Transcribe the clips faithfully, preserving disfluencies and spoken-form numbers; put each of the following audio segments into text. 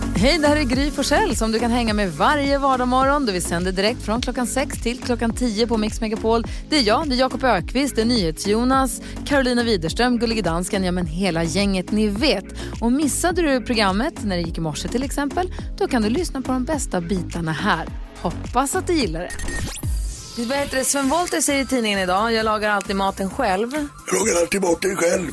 Hej, det här är Gry Forssell som du kan hänga med varje vardagsmorgon. Vi sänder direkt från klockan sex till klockan tio på Mix Megapol. Det är jag, det är Jakob Ökvist, det är NyhetsJonas, Carolina Widerström, Gullige Dansken, ja men hela gänget ni vet. Och missade du programmet när det gick i morse till exempel, då kan du lyssna på de bästa bitarna här. Hoppas att du gillar det. Vad heter det? Sven Wollter säger i tidningen idag, jag lagar alltid maten själv. Jag lagar alltid maten själv.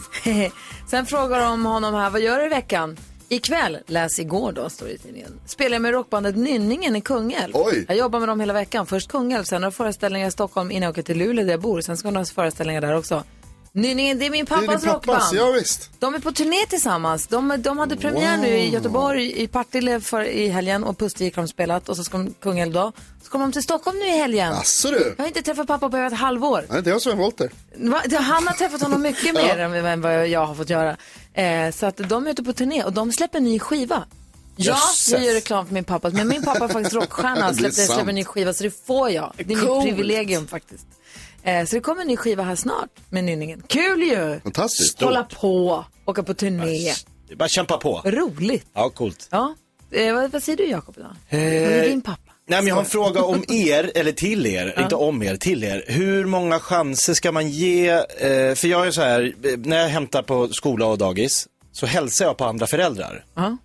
Sen frågar de honom här, vad gör du i veckan? Ikväll, läs igår då, står det i tidningen. Spelar jag med rockbandet Nynningen i Kungälv. Oj. Jag jobbar med dem hela veckan. Först Kungälv, sen några föreställningar i Stockholm innan jag åker till Luleå där jag bor. Sen ska jag ha några föreställningar där också. Nynningen, det är min pappas, det är rockband. pappas, ja, visst. De är på turné tillsammans. De, de hade premiär wow. nu i Göteborg, i Partille för, i helgen. Och Pustervik har de spelat. Och så ska de Kungälv då. Så kommer de till Stockholm nu i helgen. Asså du. Jag har inte träffat pappa på ett halvår. Nej, det är jag Sven Wollter. Han har träffat honom mycket mer ja. än vad jag har fått göra. Eh, så att de är ute på turné och de släpper en ny skiva. Ja, Jösses. Jag gör reklam för min pappa. Men min pappa är faktiskt rockstjärna. Släpper, släpper en ny skiva, så det får jag. Det är Coolt. Mitt privilegium faktiskt. Eh, så det kommer en ny skiva här snart med Nynningen. Kul ju! Fantastiskt. Hålla på, åka på turné. Bara kämpa på. Roligt. Ja, coolt. Ja. Eh, vad, vad säger du, Jakob, idag? Eh, Vad är din pappa? Nej, men jag har en fråga om er, eller till er, ja. Inte om er, till er. Hur många chanser ska man ge? Eh, för jag är så här, när jag hämtar på skola och dagis så hälsar jag på andra föräldrar. Ja.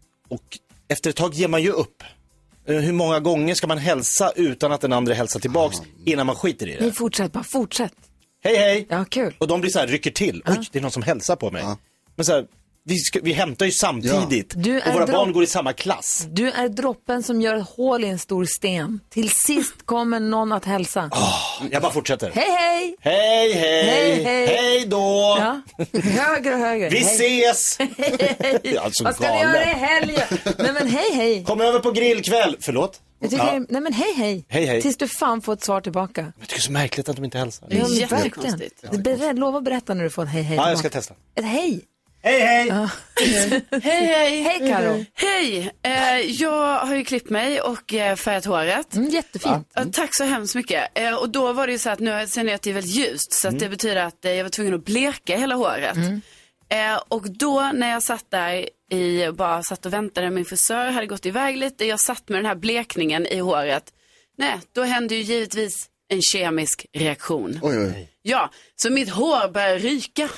Och efter ett tag ger man ju upp. Hur många gånger ska man hälsa utan att den andra hälsar tillbaks innan man skiter i det? Nej, fortsätt bara, fortsätt. Hej, hej. Ja, kul. Och de blir så här, rycker till. Ja. Oj, det är någon som hälsar på mig. Ja. Men så här, vi, ska, vi hämtar ju samtidigt. Ja. Du är och våra dropp... barn går i samma klass. Du är droppen som gör ett hål i en stor sten. Till sist kommer någon att hälsa. Oh, jag bara fortsätter. Hej, hej. Hej, hej. Hej, hej. Hej då. Ja. Högre och högre. Vi hej. ses. Hej. Alltså vad ska ni göra i helgen? Nej men hej, hej. Kom över på grillkväll. Förlåt. Jag tycker, ja. Nej men hej, hej. Hej, hej. Tills du fan får ett svar tillbaka. Jag tycker det är så märkligt att de inte hälsar. Det är jättekonstigt. Ja, berätt, lova berätta när du får ett hej, hej. Ja, jag ska testa. Ett hej. Hej, hej. Ja. hej, hej. Hej, Karo. Hej. Eh, jag har ju klippt mig och eh, färgat håret. Mm, jättefint. Ja. Mm. Tack så hemskt mycket. Eh, och då var det ju så att nu ser ni att det är väldigt ljust. Så att mm. det betyder att eh, jag var tvungen att bleka hela håret. Mm. Eh, och då när jag satt där i, bara satt och väntade, min frisör hade gått iväg lite. Jag satt med den här blekningen i håret. Nej, då hände ju givetvis en kemisk reaktion. Oj, oj. Ja, så mitt hår börjar ryka.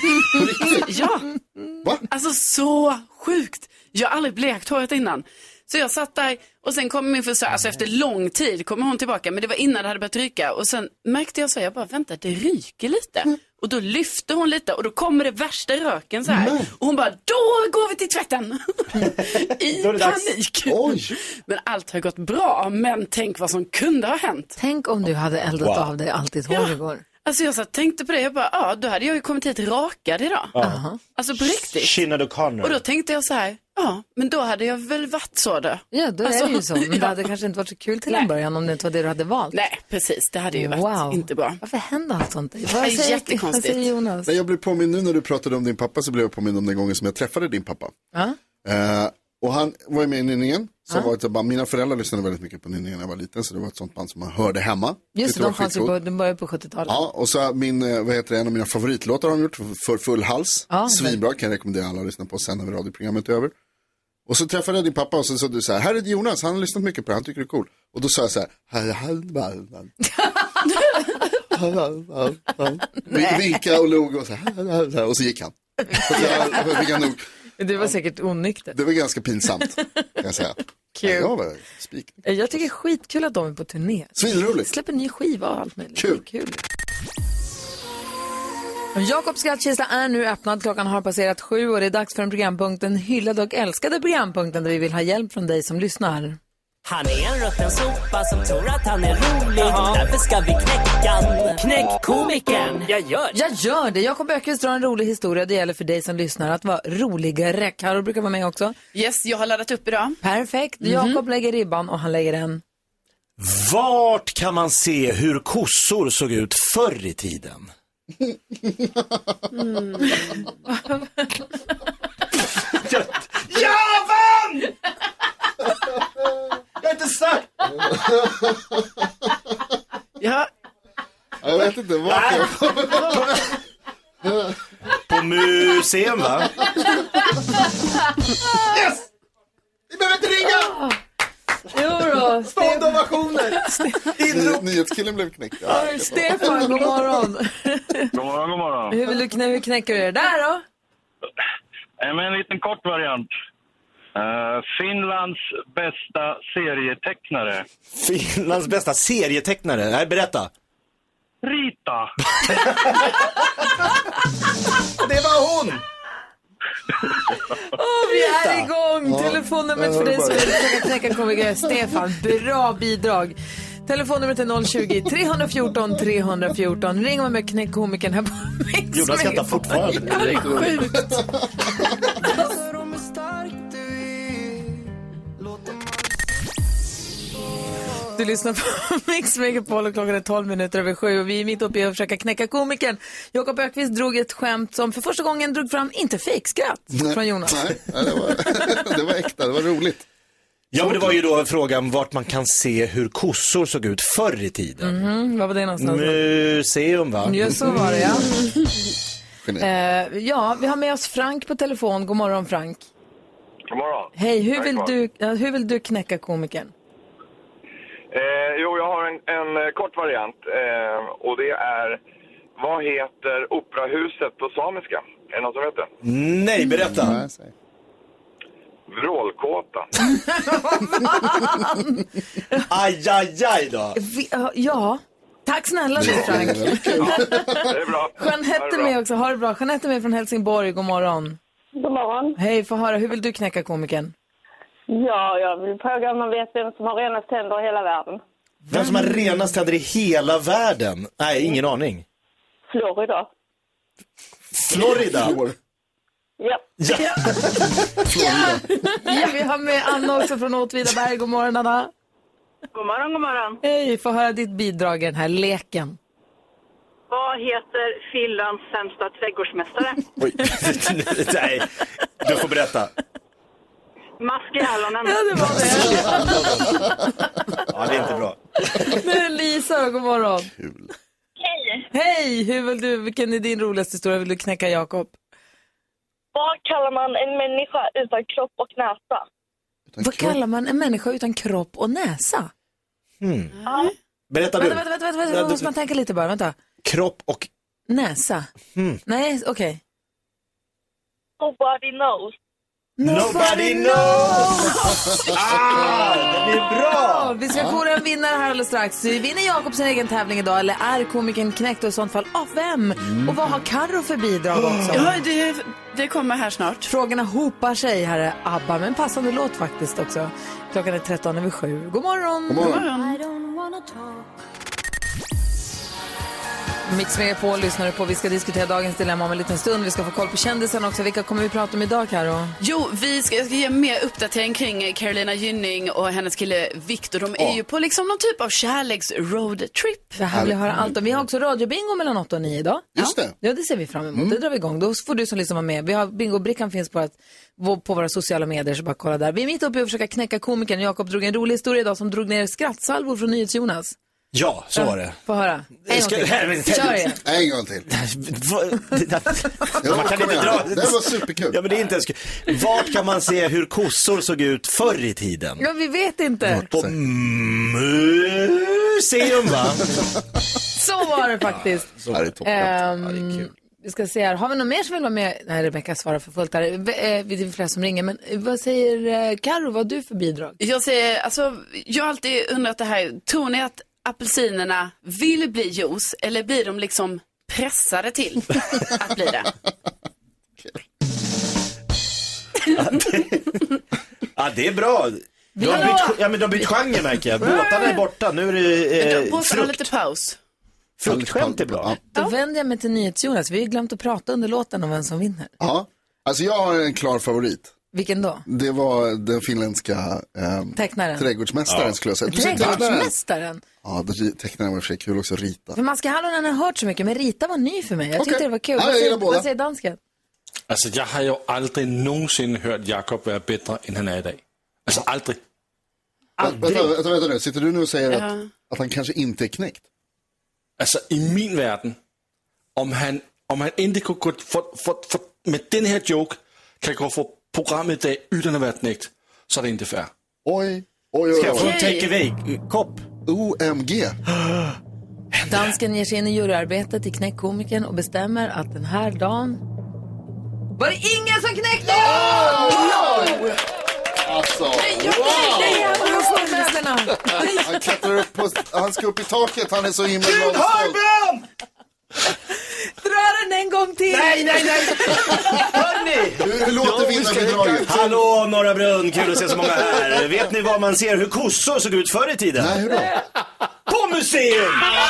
Ja. Va? Alltså så sjukt. Jag har aldrig blekt håret innan. Så jag satt där och sen kom min frisör, alltså efter lång tid kommer hon tillbaka, men det var innan det hade börjat ryka. Och sen märkte jag så, jag bara vänta, det ryker lite. Mm. Och då lyfte hon lite och då kommer det värsta röken så här. Mm. Och hon bara, då går vi till tvätten. I panik. Oj. Men allt har gått bra, men tänk vad som kunde ha hänt. Tänk om du hade eldat wow. av dig allt ditt hår igår. Alltså jag så tänkte på det, jag bara, ja då hade jag ju kommit hit rakad idag. Uh-huh. Alltså på riktigt. Sinead O'Connor. Och då tänkte jag så här, ja men då hade jag väl varit så då. Ja, då alltså, är det ju så. Men ja. Det hade kanske inte varit så kul till en början om det inte var det du hade valt. Nej, precis. Det hade ju varit wow. inte bra. Varför händer allt sånt? Det är jättekonstigt. Vad säger Jonas? Nej, jag blev påminn nu när du pratade om din pappa, så blev jag påminn om den gången som jag träffade din pappa. Uh-huh. Uh, och han var ju med i Nynningen. Så uh-huh. var det bara, mina föräldrar lyssnade väldigt mycket på Nynningen när jag var liten. Så det var ett sånt band som man hörde hemma. Just det, de fanns ju på, de började på sjuttiotalet. Ja, och så min, vad heter det, en av mina favoritlåtar har de gjort, För full hals. Uh-huh. Svinbra, kan jag rekommendera alla att lyssna på sen när vi radioprogrammet är över. Och så träffade jag din pappa och så sa du så här, här är Jonas, han har lyssnat mycket på det, han tycker det är cool. Och då sa jag så här, vi vinkade och log och så här, och så gick han. Och så nog, det var säkert onykter. Det var ganska pinsamt, kan jag säga. Kul. Jag, var spik. Jag tycker det är skitkul att de är på turné. Svinroligt. Släpper en ny skiva och allt möjligt. Kul. Kul. Jakobs skattkista är nu öppnad. Klockan har passerat sju och det är dags för en programpunkten hyllade och älskade programpunkten där vi vill ha hjälp från dig som lyssnar. Han är en rutten sopa som tror att han är rolig. Jaha. Därför ska vi knäcka han. Knäck komikern. Jag gör det. Jag gör det. Jakob Ökvist drar en rolig historia. Det gäller för dig som lyssnar att vara roligare. Karo brukar vara med också. Yes, jag har laddat upp idag. Perfekt. Mm-hmm. Jakob lägger ribban och han lägger en. Vart kan man se hur kossor såg ut förr i tiden? Mm. jag, jag vann! Jag är inte sagt. Ja. Jag vet inte vad. På museum, va? Yes! behöver inte ringa! Jo då, Stående ovationer! Inrop! Nyhetskillen blev knäckt. Ja, Stefan, Stefan, god morgon. God morgon, god morgon. Hur vill du knä, hur knäcker du det där då? Med en liten kort variant. Uh, Finlands bästa serietecknare. Finlands bästa serietecknare. Nej, berätta. Rita. Det var hon! Oh, vi är igång! Telefonnumret för dig som vill försöka knäcka komiker Stefan. Bra bidrag. Telefonnumret är noll tjugo, tre fjorton, tre fjorton. Ring med mig knäck komikern här på Mix. Jonas skrattar fortfarande. Ja, det är sjukt. Du lyssnar på Mix Megapol och klockan är tolv minuter över sju och vi är mitt uppe i att försöka knäcka komikern. Jakob Ökvist drog ett skämt som för första gången drog fram inte fejkskratt från Jonas. Nej, nej, det var, det var äkta, det var roligt. Ja, men det var ju då frågan vart man kan se hur kossor såg ut förr i tiden. Mm, vad var det någonstans? Museum, va? Ja, så var det, ja. eh, ja, vi har med oss Frank på telefon. God morgon, Frank. God morgon. Hej, hur vill, du, ja, hur vill du knäcka komikern? Eh, jo, jag har en, en kort variant. Eh, och det är, vad heter operahuset på samiska? Är det någon som vet det? Nej, berätta. Nej, säg. Vrålkåta. Aj, aj, aj då. Vi, uh, ja, tack snälla du, Frank. Ja, det är bra. Jeanette är med också, ha det bra. Jeanette är med från Helsingborg, god morgon. God morgon. Hej, få höra, hur vill du knäcka komikern? Ja, jag vill fråga om man vet vem som har renast tänder i hela världen. Vem som har renast tänder i hela världen? Nej, ingen aning. Florida. Florida? Ja. Ja. Ja, vi har med Anna också från Åtvidaberg. God morgon, Anna. God morgon, god morgon. Hej, få höra ditt bidrag i den här leken. Vad heter Finlands sämsta trädgårdsmästare? Oj, nej, du får berätta. Maske Hallonen. Ja, det var det. Ja, det är inte bra. Nu är Lisa, god morgon. Kul. Hej. Hej, hur vill du, vilken är din roligaste historia? Vill du knäcka Jakob? Vad kallar man en människa utan kropp och näsa? Utan Vad kropp. kallar man en människa utan kropp och näsa? Hmm. Ja. Berätta du. Vänta, vänta, vänta, vänta, vänta. måste man tänka lite bara, vänta. Kropp och... Näsa? Hmm. Nej, okej. Nobody knows. Nobody knows! Ah, den är bra! Vi ska få en vinnare här alldeles strax. Vinner Jakob sin egen tävling idag eller är komikern knäckt och i sånt fall av vem? Mm. Och vad har Karo för bidrag också? Ja, det, det kommer här snart. Frågorna hopar sig. Här är ABBA, men passande låt faktiskt också. Klockan är tretton över sju. God morgon! God morgon. Mix Megapol lyssnar på. Vi ska diskutera dagens dilemma om en liten stund. Vi ska få koll på kändisen också. Vilka kommer vi prata om idag, Karo? Jo, vi ska, jag ska ge mer uppdatering kring Carolina Gynning och hennes kille Victor. De är Ja. ju på liksom någon typ av kärleks-roadtrip. Det här vill jag höra allt om. Vi har också radiobingo mellan åtta och nio idag. Just det. Ja, det ser vi fram emot. Det drar vi igång. Då får du som lyssnar vara med. Vi har bingo-brickan finns på, att, på våra sociala medier, så bara kolla där. Vi är mitt uppe i att försöka knäcka komikern. Jakob drog en rolig historia idag som drog ner skrattsalvor från NyhetsJonas. Ja, så var det. Få höra. En Ska- gång här, men- till. Kör igen. En gång till. Man kan kom inte igen. dra... Det var superkul. Ja, men det är inte ens kul. Vart kan man se hur kossor såg ut förr i tiden? Ja, vi vet inte. På museum, va? Så var det faktiskt. Så Ja, det är toppen. Ehm, Ja, det är kul. Vi ska se här. Har vi någon mer som vill vara med? Nej, Rebecka svarar för fullt här. Eh, Det är flera som ringer. Men vad säger eh, Karo? Vad har du för bidrag? Jag säger, alltså, jag har alltid undrat det här. Tror ni att apelsinerna vill bli juice eller blir de liksom pressade till att bli det? Ja, det är bra. Du har bytt, ja, men du har bytt genre, märker jag. Båtarna är borta. Nu är det eh, Båtarna har frukt. lite paus. Fruktskämt är bra. Ja. Då vänder jag mig till NyhetsJonas. Vi har ju glömt att prata under låten om vem som vinner. Ja, alltså jag har en klar favorit. Vilken då? Det var den finländska ehm, Tecknaren. trädgårdsmästaren skulle jag säga. Du säger tecknaren. Trädgårdsmästaren. Ja, det- tecknaren var för sig kul också, Rita. För Maske Hallonen har hört så mycket, men Rita var ny för mig. Jag Okej. tyckte det var kul. Ja, jag vad, gillar säger, båda. vad säger dansken? Altså, jeg har jo aldrig nogensinde hørt Jakob være bedre, end han er i dag. Altså, aldrig. Vänta, vänta, vänta nu, sitter du nu och säger att, att han kanske inte är knäckt? Altså, i min verden, om han, om han inte kunne gå for, for, for, med den her joke, kan gå for programmet i dag, uden at være knægt, så är det inte fair. Oj, oj, oj. Ska jag få en Okej. take-away-kopp? O M G. Dansken ger sig in i juryarbetet i Knäckkomikern och bestämmer att den här dagen var det ingen som knäckte! Alltså, Det är wow! jävla förmöderna! Han klättrar upp på, han ska upp i taket, han är så himla glad och stolt. Hagman! Dra den en gång till! Nej, nej, nej! Hörni! Hur, hur låter vinnarbidraget? Hallå Norra Brunn, kul att se så många här. Vet ni var man ser hur kossor såg ut förr i tiden? Nej, hur då? På museum!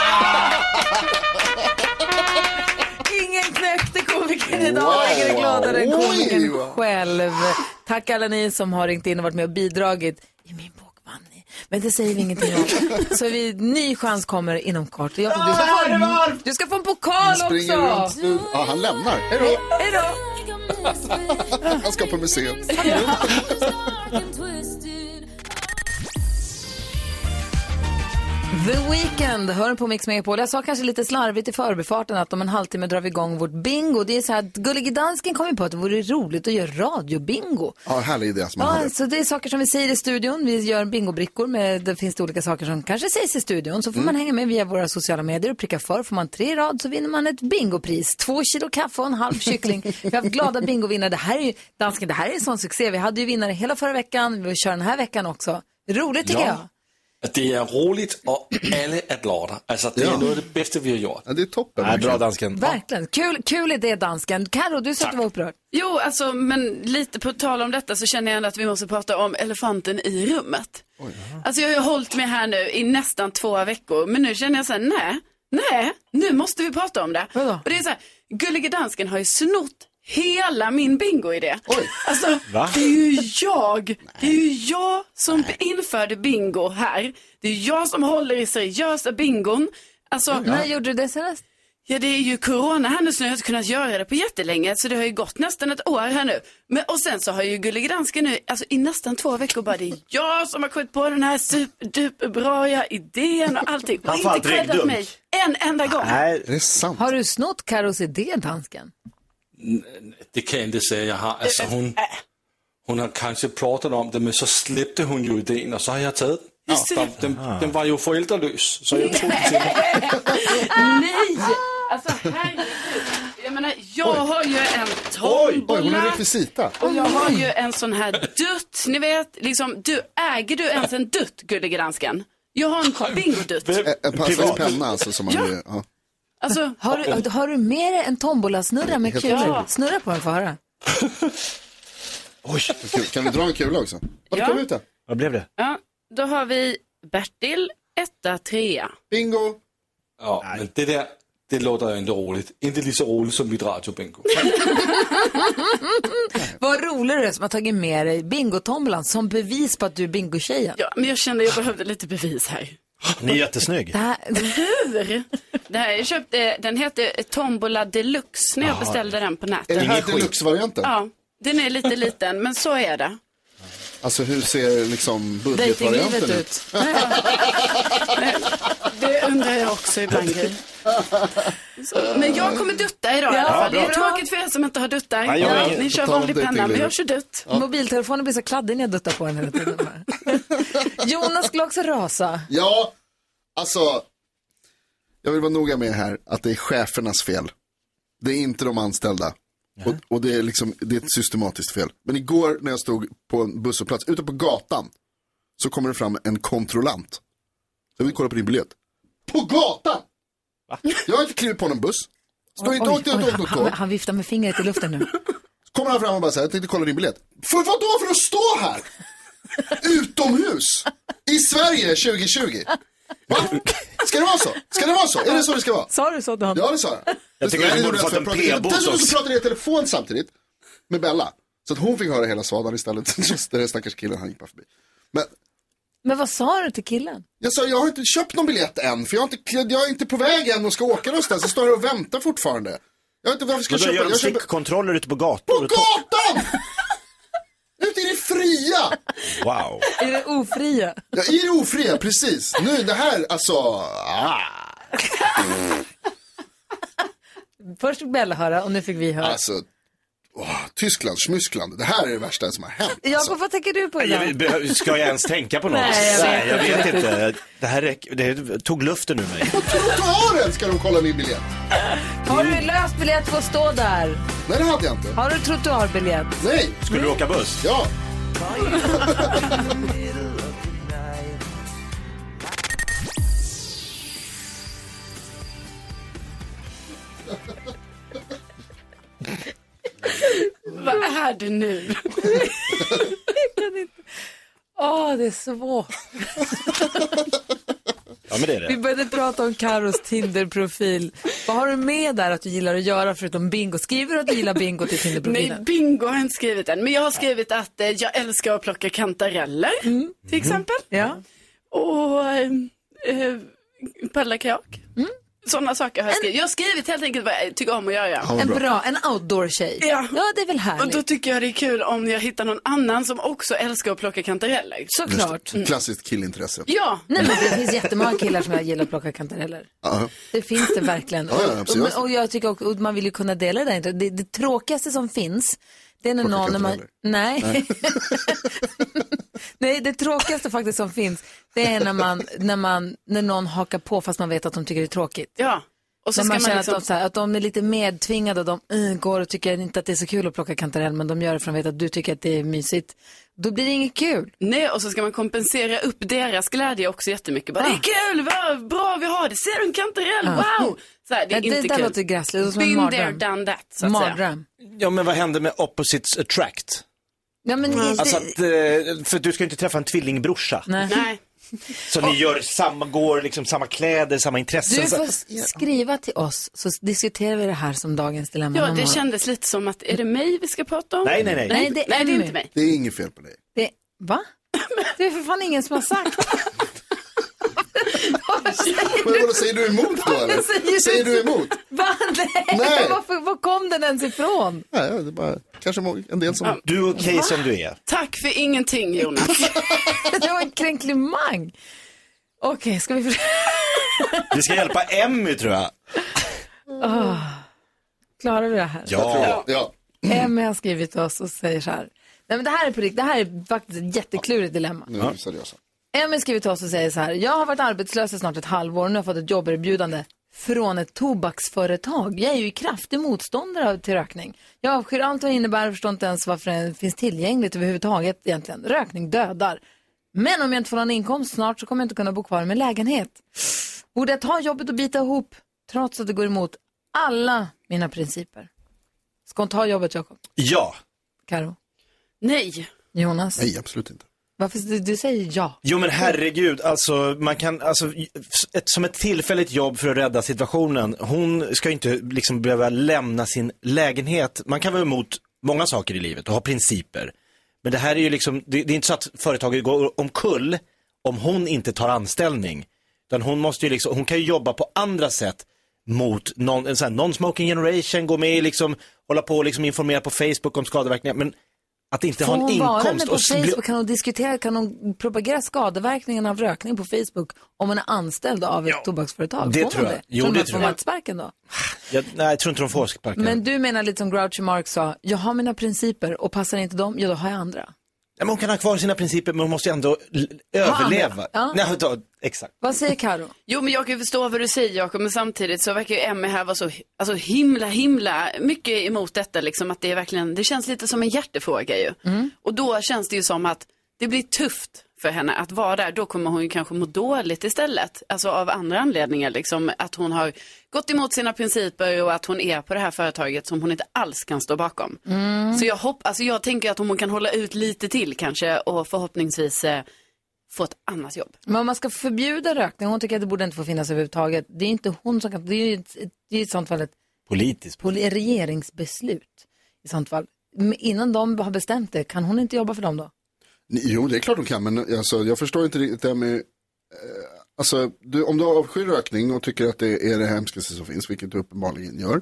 Ingen knäckte komikern idag. Wow. Ingen är gladare än komikern Oj. själv. Tack alla ni som har ringt in och varit med och bidragit. I min bok vann ni. Men det säger vi ingenting om. Så vi, ny chans kommer inom kort. Jag, du, ska få en, du ska få en pokal Springer också. runt. Ja, han lämnar. Hej då. Hej då. Han ska på museum. The Weeknd, hör på Mix Megapol. Jag sa kanske lite slarvigt i förbifarten att om en halvtimme drar vi igång vårt bingo. Det är så här att Gullige Dansken kommer på att det vore roligt att göra radiobingo. Ja, härlig idé som man Ja, hade. så det är saker som vi säger i studion. Vi gör bingobrickor med, det finns det olika saker som kanske sägs i studion. Så får man hänga med via våra sociala medier och pricka för. Får man tre rad så vinner man ett bingopris. Två kilo kaffe och en halv kyckling. Vi har haft glada bingovinnare. Det här är ju, Dansken, det här är en sån succé. Vi hade ju vinnare hela förra veckan. Vi kör den här veckan också. Roligt tycker Ja. jag. Det är roligt och alla är glada. Alltså det är Ja. något av det bästa vi har gjort. Ja, det är toppen. Nej, bra dansken. Verkligen. Kul, kul idé, Dansken. Karo, du sa att du var upprörd. Jo, alltså, men lite på tal om detta så känner jag ändå att vi måste prata om elefanten i rummet. Oj, alltså jag har ju hållit med här nu i nästan två veckor, men nu känner jag så här, nej, nej, nu måste vi prata om det. Vadå? Och det är så här, Gullige Dansken har ju snott hela min bingo-idé. Oj. Alltså, Va? det är ju jag, det är ju jag som införde bingo här. Det är jag som håller i seriösa bingon. Alltså, När gjorde du det senast? ja, det är ju corona här nu så jag har inte kunnat göra det på jättelänge. Så det har ju gått nästan ett år här nu. Men, och sen så har ju Gullige Dansken nu, alltså i nästan två veckor bara, det är jag som har kommit på den här superduperbra idén och allting. Och Han får inte aldrig creddat dumt. mig en enda gång. Nej, Det är sant. Har du snott Karos idé, Dansken? Det kan jag inte säga jag har. Alltså hon, hon har kanske pratat om det men så släppte hon ju idén och så har jag tagit den. Ja, den, den var ju föräldralös så jag tog det till mig. Nej, alltså herregud. Jag menar, jag har ju en Oj, hon har tombola. rekvisita. Och jag har ju en sån här dutt, ni vet, liksom, du, äger du ens en dutt, Gullige Dansken? Jag har en bingodutt. En en slags Privat. penna alltså som man Ja. ju, ja. Alltså, Har du, har du med dig en tombola-snurra med kulor? Ja. Snurra på den för att höra. Oj, kul. Kan vi dra en kula också? Vart Ja. kom ut det? vad blev det? ja, då har vi Bertil, etta, trea. Bingo. Ja, men det där, det låter ju inte roligt. Inte lika roligt som mitt radiobingo. Vad rolig du är som har tagit med dig bingotombolan som bevis på att du är bingotjejen. Ja, men jag kände jag behövde lite bevis här. Ni är jättesnygg. Det här, Hur? Det här, jag köpte, den heter Tombola Deluxe när jag beställde den på Är det nätet. här deluxe-varianten? Ja, den är lite liten, men så är det. Alltså hur ser liksom dejtinglivet budgetvarianten ut? ut. Det undrar jag också ibland. Grej. Så, men jag kommer dutta idag i alla Ja, fall. Det är bra. tråkigt för er som inte har duttar. Nej, jag har Ja, ingen- ni kör På tal om vanlig penna, men jag dejtinglivet. kör dutt. Mobiltelefonen blir så kladdig när jag duttar på den hela tiden. Jonas skulle också rasa. Ja, alltså. Jag vill vara noga med här att det är chefernas fel. Det är inte de anställda. Och, och det är liksom, det är ett systematiskt fel. Men igår när jag stod på en busshållplats ute på gatan så kommer det fram en kontrollant. Jag vill kolla på din biljett. På gatan! Jag har inte klivit på någon buss. Står inte åkt ut och åkt han, något han, tåg. han viftar med fingret i luften nu. Kommer han fram och bara säger, jag tänkte kolla din biljett. För vad då för att stå här? Utomhus. I Sverige tjugo tjugo. Va? Ska det vara så? Ska det vara så? Är det så det ska vara? Sa du så till honom? Ja, det sa jag. Jag tycker Nej, att du det borde gjorde fått jag en för jag pratade- p-bot Dessutom så också. pratade jag i telefon samtidigt med Bella. Så att hon fick höra hela svadan istället. Just det, den stackars killen, han gick bara förbi. Men Men vad sa du till killen? jag sa, jag har inte köpt någon biljett än. För jag, har inte, jag är inte på väg än och ska åka någonstans. Jag står här och väntar fortfarande. Jag vet inte varför ska Men jag då köpa. gör de Jag köper... stickkontroller ute på På gator. gatan! Ute i det fria! Wow. Är det ofria? Ja, i det ofria, precis. Nu, det här, alltså... Ah. Först fick Bella höra och nu fick vi höra. Alltså, åh, Tyskland, Schmuskland. Det här är det värsta som har hänt. Ja, alltså. vad tänker du på idag? Jag, ska jag ens tänka på något? Nej, jag vet, Nej, jag vet inte. Det här räck, det tog luften ur mig. På trottoaren ska de kolla min biljett. Har du löst biljett för att stå där? Nej, det hade jag inte. Har du trottoarbiljett? Nej. Skulle du åka buss? Ja. Vad är det nu? Jag kan inte. Åh, oh, det är svårt. Ja, men det är det. Vi började prata om Karos Tinder-profil. Vad har du med där att du gillar att göra förutom bingo? Skriver du att du gillar bingo till Tinder-profilen? Nej, bingo har jag inte skrivit än. Men jag har skrivit att eh, jag älskar att plocka kantareller, mm. till exempel. Mm. Ja. Och eh, eh, paddla kajak. Mm. Sådana saker har jag skrivit. Jag har skrivit helt enkelt vad jag tycker om att göra. Ja, en bra. bra, en outdoor-tjej. Ja. Ja, det är väl härligt. Och då tycker jag det är kul om jag hittar någon annan som också älskar att plocka kantareller. Såklart. Mm. Klassiskt killintresse. Ja. Nej, men det finns jättemånga killar som jag gillar att plocka kantareller. Uh-huh. Det finns det verkligen. Ja, ja, absolut. och, och jag tycker också, och man vill ju kunna dela det där. Det, det tråkigaste som finns, det är när Plocka någon... När man, nej. Nej. Nej, det tråkigaste faktiskt som finns, det är när, man, när, man, när någon hakar på fast man vet att de tycker det är tråkigt. Ja. Och så när ska man man känner liksom... att, de, så här, att de är lite medtvingade och de uh, går och tycker inte att det är så kul att plocka kantarell, men de gör det för att de vet att du tycker att det är mysigt. Då blir det inget kul. Nej, och så ska man kompensera upp deras glädje också jättemycket. Bara, Ja. det är kul, vad bra vi har det. Ser du en kantarell? Ja. Wow! Så här, det är Ja, inte det där kul. låter gräsligt. Det är som en Been mardröm. there, done that, så att Mardröm. Ja, men vad händer med opposites attract? Ja, men inte... Alltså att, eh, för du ska inte träffa en tvillingbrorsa. Nej. säga. Nej. Så ni gör samma, går liksom samma kläder, samma intressen. Du Så- får skriva till oss så diskuterar vi det här som dagens dilemma. Ja, någon det morgon. kändes lite som att, är det mig vi ska prata om? Nej, nej, nej. Nej, det är, Nej, det är Emmy. inte mig. Det är inget fel på dig. Det, va? Det är för fan ingen som har sagt. Men vadå, säger du emot då eller? Säger Säger du- du emot? Va? Nej. Nej. Varför, var kom den ens ifrån? Nej, det är bara kanske må- en del som... Du är okej som du är. Tack för ingenting, Jonas. Det var en kränklimang. Okej, ska vi... För... Vi ska hjälpa Emmy, tror jag. Oh. Klarar vi det här? Ja. Ja. Emmy har skrivit till oss och säger så här. Nej, men det här är på riktigt. Det här är faktiskt ett jätteklurigt dilemma. Nu är vi seriösa. Emmy skriver till oss och säger så här. Jag har varit arbetslös i snart ett halvår och nu har jag fått ett jobberbjudande från ett tobaksföretag. Jag är ju i kraftig motståndare till rökning. Jag avskyr allt vad det innebär och förstår inte ens varför det finns tillgängligt överhuvudtaget egentligen. Rökning dödar. Men om jag inte får någon inkomst snart så kommer jag inte kunna bo kvar i min lägenhet. Borde jag ta jobbet och bita ihop trots att det går emot alla mina principer? Ska hon ta jobbet, Jakob? Ja. Karo? Nej. Jonas? Nej, absolut inte. Varför du, du säger ja? Jo, men herregud, alltså man kan, alltså ett, som ett tillfälligt jobb för att rädda situationen. Hon ska ju inte liksom behöva lämna sin lägenhet. Man kan vara emot många saker i livet och ha principer. Men det här är ju liksom, det, det är inte så att företaget går omkull om hon inte tar anställning. Utan hon måste ju liksom, hon kan ju jobba på andra sätt mot non, en sån här non-smoking generation, gå med i liksom, hålla på och liksom informera på Facebook om skadeverkningar. Men att inte Får ha en hon vara inkomst. med på och så bli- Facebook? Kan hon diskutera, kan hon propagera skadeverkningarna av rökning på Facebook om hon är anställd av ett Ja, tobaksföretag? det Får tror hon jag. Det? Jo, Får det man- tror får jag. man ett sparken då? Jag, nej, jag tror inte de får sparken. Men du menar lite som Groucho Marx sa, jag har mina principer och passar inte dem, ja då har jag andra. Ja, men hon kan ha kvar sina principer, men hon måste ju ändå l- överleva. Ja. Nej, då, exakt. Vad säger Karo? Jo, men jag kan ju förstå vad du säger, Jakob, men samtidigt så verkar ju Emmy här vara så alltså, himla, himla mycket emot detta, liksom att det är verkligen, det känns lite som en hjärtefråga ju. Mm. Och då känns det ju som att det blir tufft för henne att vara där. Då kommer hon ju kanske må dåligt istället. Alltså av andra anledningar, liksom att hon har gått emot sina principer och att hon är på det här företaget som hon inte alls kan stå bakom. Mm. Så jag hoppas, alltså jag tänker att hon kan hålla ut lite till kanske och förhoppningsvis eh, få ett annat jobb. Men om man ska förbjuda rökning, hon tycker att det borde inte få finnas överhuvudtaget. Det är inte hon som kan, det är ju ett, det är i sånt fall ett Politiskt. poli- regeringsbeslut i sånt fall. Men innan de har bestämt det, kan hon inte jobba för dem då? Jo, det är klart de kan, men alltså, jag förstår inte riktigt det här med... Eh, alltså, du, om du avskyr rökning och tycker att det är det hemskaste som finns, vilket du uppenbarligen gör,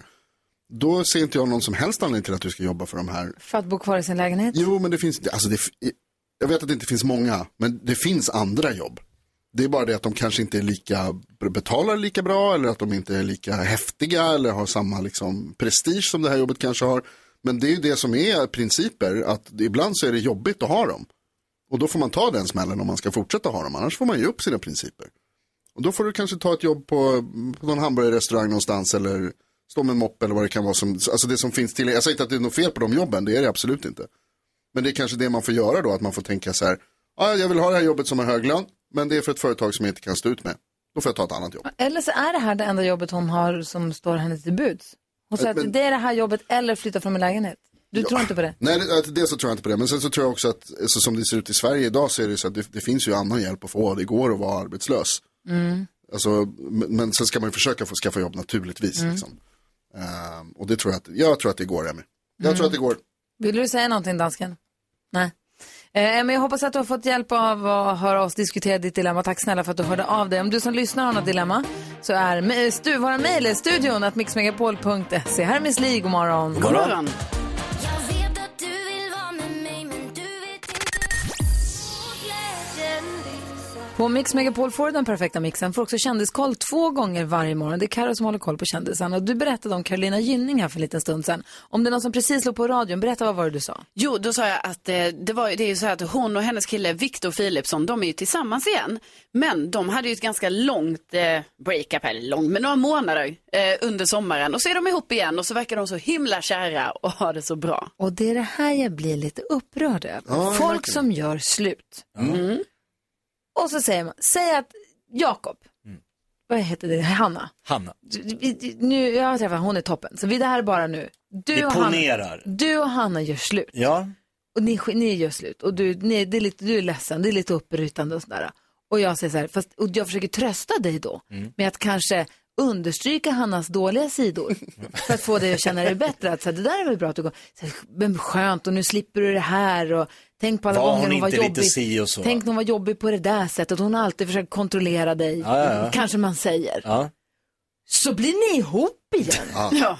då ser inte jag någon som helst anledning till att du ska jobba för de här. För att bo kvar i sin lägenhet? Jo, men det finns... Alltså, det, jag vet att det inte finns många, men det finns andra jobb. Det är bara det att de kanske inte är lika, betalar lika bra, eller att de inte är lika häftiga, eller har samma liksom, prestige som det här jobbet kanske har. Men det är ju det som är principer, att ibland så är det jobbigt att ha dem. Och då får man ta den smällen om man ska fortsätta ha dem, annars får man ju upp sina principer. Och då får du kanske ta ett jobb på, på någon hamburgerrestaurang någonstans eller stå med en mopp eller vad det kan vara. Som, alltså det som finns till. Jag säger inte att det är något fel på de jobben, det är det absolut inte. Men det är kanske det man får göra då, att man får tänka så här, ja, jag vill ha det här jobbet som är hög lön, men det är för ett företag som jag inte kan stå ut med. Då får jag ta ett annat jobb. Eller så är det här det enda jobbet hon har som står henne till buds. Hon säger men, att det är det här jobbet eller flytta från en lägenhet. Du ja, tror inte på det? Nej, det, det så tror jag inte på det. Men sen så tror jag också att så som det ser ut i Sverige idag så är det så att det, det finns ju annan hjälp att få. Det går att vara arbetslös. Mm. Alltså, men, men sen ska man ju försöka få skaffa jobb naturligtvis. Mm. Liksom. Uh, och det tror jag att, jag tror att det går, Emmy. Jag mm. tror att det går. Vill du säga någonting, dansken? Nej. Eh, men jag hoppas att du har fått hjälp av att höra oss diskutera ditt dilemma. Tack snälla för att du hörde av dig. Om du som lyssnar har något dilemma så är stu, våra mejl är studion att mixmegapol punkt se. Här är Miss Li, god morgon. God morgon. På Mix Megapol får du den perfekta mixen. Får också kändiskoll två gånger varje morgon. Det är Karo som håller koll på kändisarna. Och du berättade om Carolina Gynning här för en liten stund sedan. Om det är någon som precis slog på radion, berätta vad var det du sa? Jo, då sa jag att eh, det, var, det är ju så här att hon och hennes kille Victor Philipsson, de är ju tillsammans igen. Men de hade ju ett ganska långt eh, breakup, eller långt, men några månader eh, under sommaren. Och så är de ihop igen och så verkar de så himla kära och har det så bra. Och det är det här jag blir lite upprörd över. Ja, folk som gör slut. Mm. Och så säger man, säg att Jakob, mm. vad heter det, Hanna. Hanna. Nu, jag har träffat, hon är toppen. Så vi det här är bara nu. Du och, Hanna, du och Hanna gör slut. Ja. Och ni, ni gör slut. Och du, ni, det är lite, du är ledsen, det är lite upprytande och sådär. Och jag säger så här, fast, och jag försöker trösta dig då. Mm. Med att kanske understryka Hannas dåliga sidor. För att få dig att känna dig bättre. Att så här, det där är väl bra att du går, så här, men skönt och nu slipper du det här och tänk på alla var gånger hon, hon var jobbig. Si och så. Tänk hon var jobbig på det där sättet. Hon har alltid försökt kontrollera dig. Ja, ja, ja. Kanske man säger. Ja. Så blir ni ihop igen. Ja. Ja.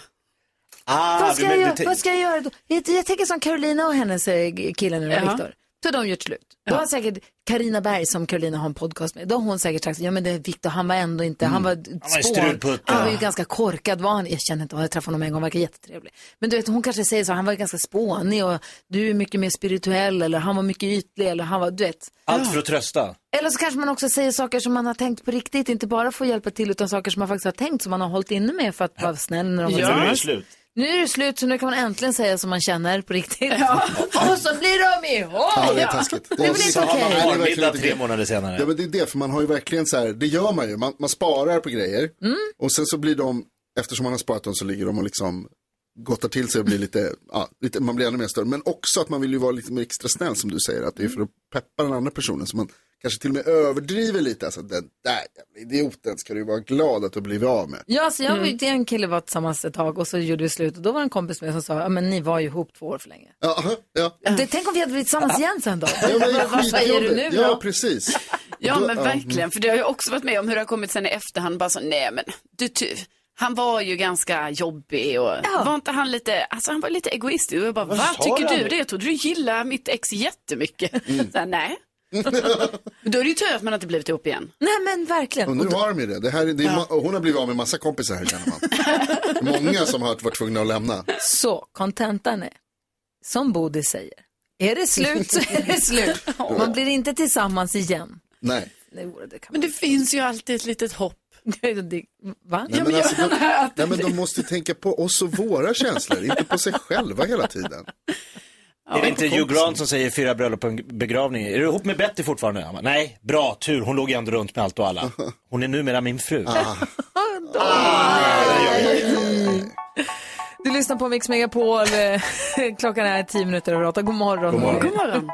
Ah, vad, ska jag göra, vad ska jag göra då? Jag, jag tänker som Carolina och hennes kille nu, ja. Victor. Så de gjort slut. Ja. Då har säkert Carina Berg, som Carolina har en podcast med, då har hon säkert sagt, ja men det är Victor, han var ändå inte, mm. han var spår, han var ju ganska korkad, var han, jag känner inte, jag träffade honom en gång, verkar jättetrevlig. Men du vet, hon kanske säger så, han var ganska spånig och du är mycket mer spirituell, eller han var mycket ytlig, eller han var, du vet. Allt för att trösta. Eller så kanske man också säger saker som man har tänkt på riktigt, inte bara för att hjälpa till, utan saker som man faktiskt har tänkt, som man har hållit inne med för att vara snäll när de ja. var ja. slut. Nu är det slut, så nu kan man äntligen säga som man känner på riktigt. Ja. Och så blir de ihop. Ja, det är taskigt. Det, det blir inte okej. Okay. Man middag tre månader senare. Ja, men det är det, för man har ju verkligen så här, det gör man ju. Man, man sparar på grejer. Mm. Och sen så blir de, eftersom man har sparat dem så ligger de och liksom gottar till sig och blir lite, ja, lite, man blir ännu mer större. Men också att man vill ju vara lite mer extra snäll, som du säger. Att det är för att peppa den andra personen, så man kanske till och med överdriver lite. Alltså den där jävla idioten ska du vara glad att du blivit av med. Ja, så jag var ju en kille var tillsammans ett tag och så gjorde vi slut. Och då var det en kompis med som sa, ja men ni var ju ihop två år för länge. Ja, ja. Det, tänk om vi hade blivit tillsammans igen sen då. Ja, men vad säger du nu då? Ja, precis. Ja, men verkligen. För det har jag också varit med om hur det har kommit sen i efterhand. Bara så, nej men du ty- han var ju ganska jobbig och ja. var inte han lite, alltså han var lite egoistisk. Och jag bara, vad, vad tycker du det? Jag trodde du gillar mitt ex jättemycket. Mm. Så här, nej. Då är det ju tur att man inte blivit ihop igen. Nej men verkligen. Och nu har de ju det, det, här, det är, ja. Hon har blivit av med massa kompisar här, känner man. Många som har varit tvungna att lämna. Så, kontentan är, som Bodil säger, är det slut så är det slut. Man blir inte tillsammans igen. Nej. Nej, det kan men det finns ju alltid ett litet hopp. Va? Nej, men, alltså, de, nej, men de måste tänka på oss och våra känslor, inte på sig själva hela tiden. Ja, är det inte Hugh Grant som säger fyra bröllop på en begravning? Är du ihop med Betty fortfarande? Bara, nej, bra, tur. Hon låg ändå runt med allt och alla. Hon är numera min fru. Ah. ah. Du lyssnar på Mix Megapol. Klockan är tio minuter över åtta. God morgon. God morgon. God morgon.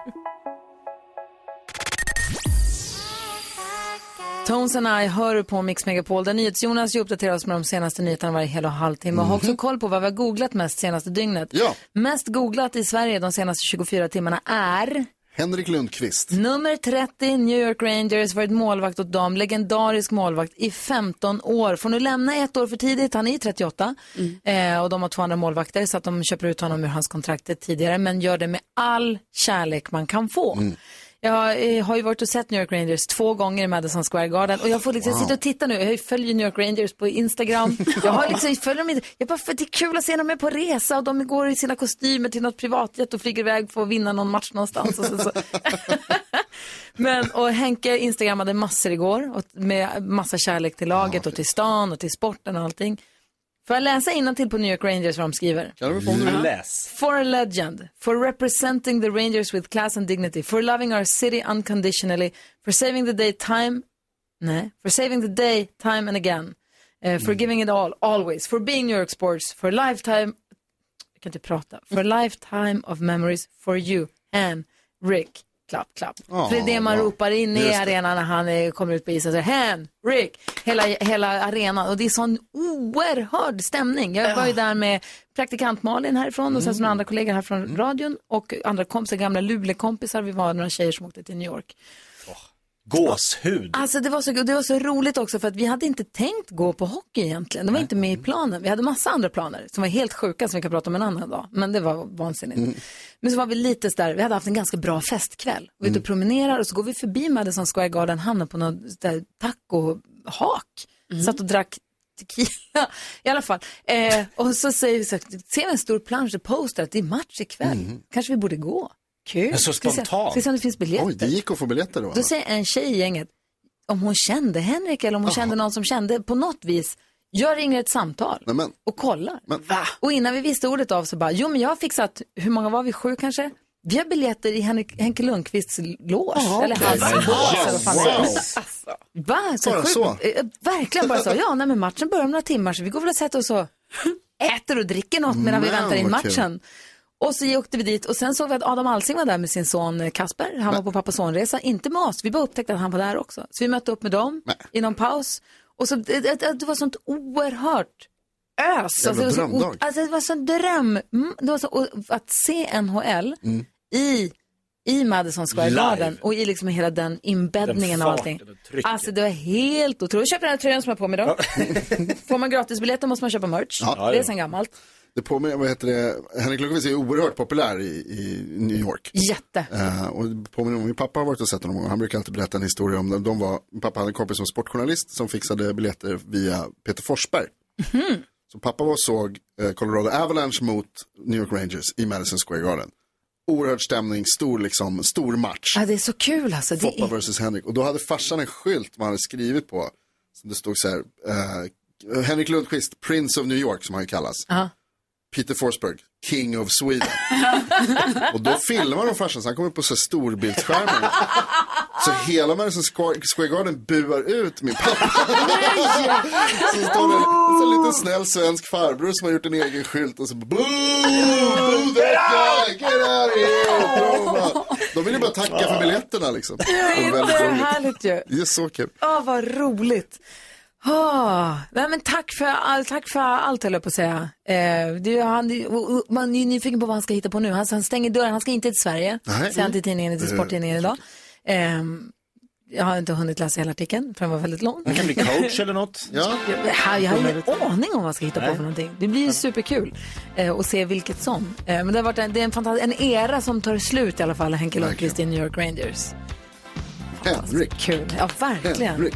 Tones and I hör på Mix Megapol. Där NyhetsJonas uppdaterar oss med de senaste nyheterna varje hel och halvtimme. Och har också koll på vad vi har googlat mest senaste dygnet. Ja. Mest googlat i Sverige de senaste tjugofyra timmarna är... Henrik Lundqvist. Nummer trettio, New York Rangers, varit målvakt åt dem. Legendarisk målvakt i femton år. Får nu lämna ett år för tidigt, han är trettioåtta. Mm. Eh, och de har två andra målvakter så att de köper ut honom ur hans kontrakt tidigare. Men gör det med all kärlek man kan få. Mm. Jag eh, har ju varit och sett New York Rangers två gånger i Madison Square Garden och jag får liksom wow. sitta och titta nu. Jag följer New York Rangers på Instagram. Jag har liksom följer dem. Jag bara för det är kul att se dem är på resa och de går i sina kostymer till något privatjet och flyger iväg för att vinna någon match någonstans och så. så. Men och Henke Instagrammade massor igår och med massa kärlek till laget ja, och till stan och till sporten och allting. Får jag läsa innantill på New York Rangers vad de skriver? Kan du få mm. läs? For a legend, for representing the Rangers with class and dignity, for loving our city unconditionally, for saving the day time, nej, for saving the day time and again, uh, for mm. giving it all, always, for being New York sports, for a lifetime, jag kan inte prata, for a lifetime of memories for you and Rick. Klapp, klapp. Oh, För det är det man wow. ropar in i arenan när han är, kommer ut på isen. Så här, Rick, hela, hela arenan. Och det är sån oerhörd stämning. Jag var ju där med praktikant Malin härifrån mm. och sen så några andra kollegor här från radion och andra kompisar, gamla Luleå-kompisar. Vi var några tjejer som åkte till New York. Oh. Gåshud. Alltså det var, så, det var så roligt också för att vi hade inte tänkt gå på hockey egentligen. Det var Nej. inte med i planen. Vi hade massa andra planer som var helt sjuka som vi kan prata om en annan dag. Men det var vansinnigt. Mm. Men så var vi lite där. Vi hade haft en ganska bra festkväll. Vi är ute och promenerar och så går vi förbi Madison Square Garden, hamnar på något där taco-hak. Mm. Satt och drack tequila. I alla fall. Eh, och så säger vi så här, ser vi en stor plansch och poster att det är match ikväll. Mm. Kanske vi borde gå. Kul. Så spontant. Ska se om det finns biljetter. Oj, det gick att få biljetter då. Då säger en tjej i gänget, om hon kände Henrik eller om hon Aha. kände någon som kände på något vis, jag ringer ett samtal Nämen. och kollar. Men. Va? Och innan vi visste ordet av så bara, jo men jag har fixat, hur många var vi, sju kanske? Vi har biljetter i Henrik, Henke Lundqvists loge. Oh, eller hans okay. bås. Wow. Wow. Va? Så bara sjuk, så? Verkligen bara så. Ja, nej, men matchen börjar om några timmar så vi går väl och sätter oss och äter och dricker något medan vi väntar in matchen. Kul. Och så åkte vi dit och sen såg vi att Adam Alsing var där med sin son Kasper. Han Nej. var på pappa sonresa, inte med oss. Vi bara upptäckte att han var där också. Så vi mötte upp med dem Nej. i någon paus. Och så, det, det, det var sånt oerhört ös. Alltså, det, var så, alltså, det var sån dröm. Det var så, att se N H L mm. i, i Madison Square Garden och i liksom hela den inbäddningen av allting. Alltså det var helt otroligt. Köp den här tröjan som jag har på mig då. Ja. Får man gratisbiljetter måste man köpa merch. Ja. Det är sen gammalt. Det påminner, vad heter det, Henrik Lundqvist är oerhört populär i, i New York. Jätte. Uh, och det påminner om min pappa har varit och sett honom. Han brukar alltid berätta en historia om dem. De var, min pappa hade en kompis som sportjournalist som fixade biljetter via Peter Forsberg. Mm. Så pappa var och såg uh, Colorado Avalanche mot New York Rangers i Madison Square Garden. Oerhörd stämning, stor, liksom, stor match. Ja, det är så kul alltså. Foppa är... versus Henrik. Och då hade farsan en skylt man hade skrivit på. Som det stod så här, uh, Henrik Lundqvist, Prince of New York som han kallas. Uh-huh. Peter Forsberg, King of Sweden. Och då filmar de farsan så han kommer på så storbildsskärmen. Så hela Madison Square Garden buar ut min pappa. Så står det en så liten snäll svensk farbror som har gjort en egen skylt och så boo, boo that guy, get out of here. De vill ju bara tacka för biljetterna liksom. Det är väldigt härligt ju. Det är så kul. Åh, vad roligt. Oh, nej, men tack för allt, tack för allt höll jag på att säga. Eh, det, han, man är nyfiken på vad han ska hitta på nu. Han, han stänger dörren, han ska inte till Sverige. Säger han till tidningen, till sporttidningen idag. Eh, jag har inte hunnit läsa hela artikeln, för den var väldigt lång. Han kan bli coach eller något. Ja. Jag, jag har ingen aning om vad han ska hitta nej. på för någonting. Det blir superkul eh, att se vilket som. Eh, men det har varit en, det är en, fantastisk, en era som tar slut i alla fall, Henke Lundqvist i New York Rangers. Henrik. Kul, ja verkligen. Henrik.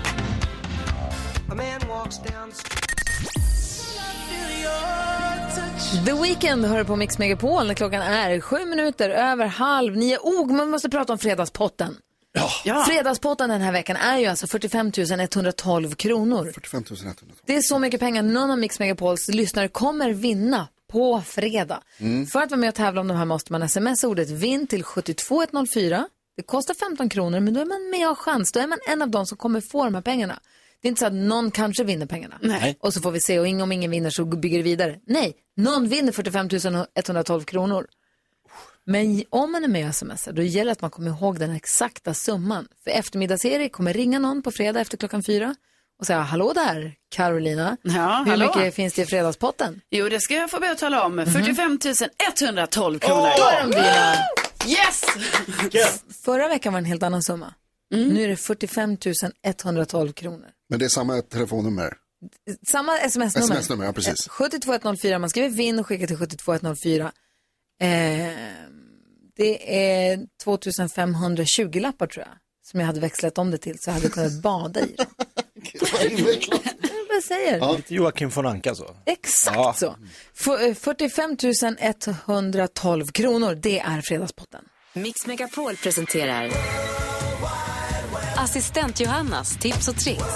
The Weeknd hör på Mix Megapol när klockan är sju minuter över halv nio. Oh, man måste prata om fredagspotten. Ja. Ja. Fredagspotten den här veckan är ju alltså fyrtiofem tusen etthundratolv kronor. fyrtiofem tusen etthundratolv. Det är så mycket pengar någon av Mix Megapols lyssnare kommer vinna på fredag. Mm. För att vara med och tävla om de här måste man smsa ordet vinn till sju två ett noll fyra. Det kostar femton kronor, men då är man med och har chans. Då är man en av dem som kommer få de här pengarna. Det är inte så att någon kanske vinner pengarna. Nej. Och så får vi se, och om ingen vinner så bygger det vidare. Nej, någon vinner fyrtiofem tusen etthundratolv kronor. Men om man är med och smsar, då gäller det att man kommer ihåg den exakta summan. För eftermiddags-Erik kommer ringa någon på fredag efter klockan fyra och säga, hallå där, Carolina. Ja, hur hallå. Mycket finns det i fredagspotten? Jo, det ska jag få börja tala om. Mm-hmm. fyrtiofem tusen etthundratolv kronor. Åh, oh, de vinner. Yes! F- förra veckan var en helt annan summa. Mm. Nu är det fyrtiofem tusen etthundratolv kronor. Men det är samma telefonnummer? Samma sms-nummer. sms-nummer, ja precis. sju två ett noll fyra, man skriver vinn och skickar till sju två ett noll fyra. Eh, Det är tvåtusenfemhundratjugo lappar tror jag. Som jag hade växlat om det till så jag hade kunnat bada i dem. Vad säger? Ja. Lite Joakim von Anka så. Exakt ja. så. fyrtiofem tusen etthundratolv kronor, det är fredagspotten. Mix Megapol presenterar Assistent Johannas tips och tricks.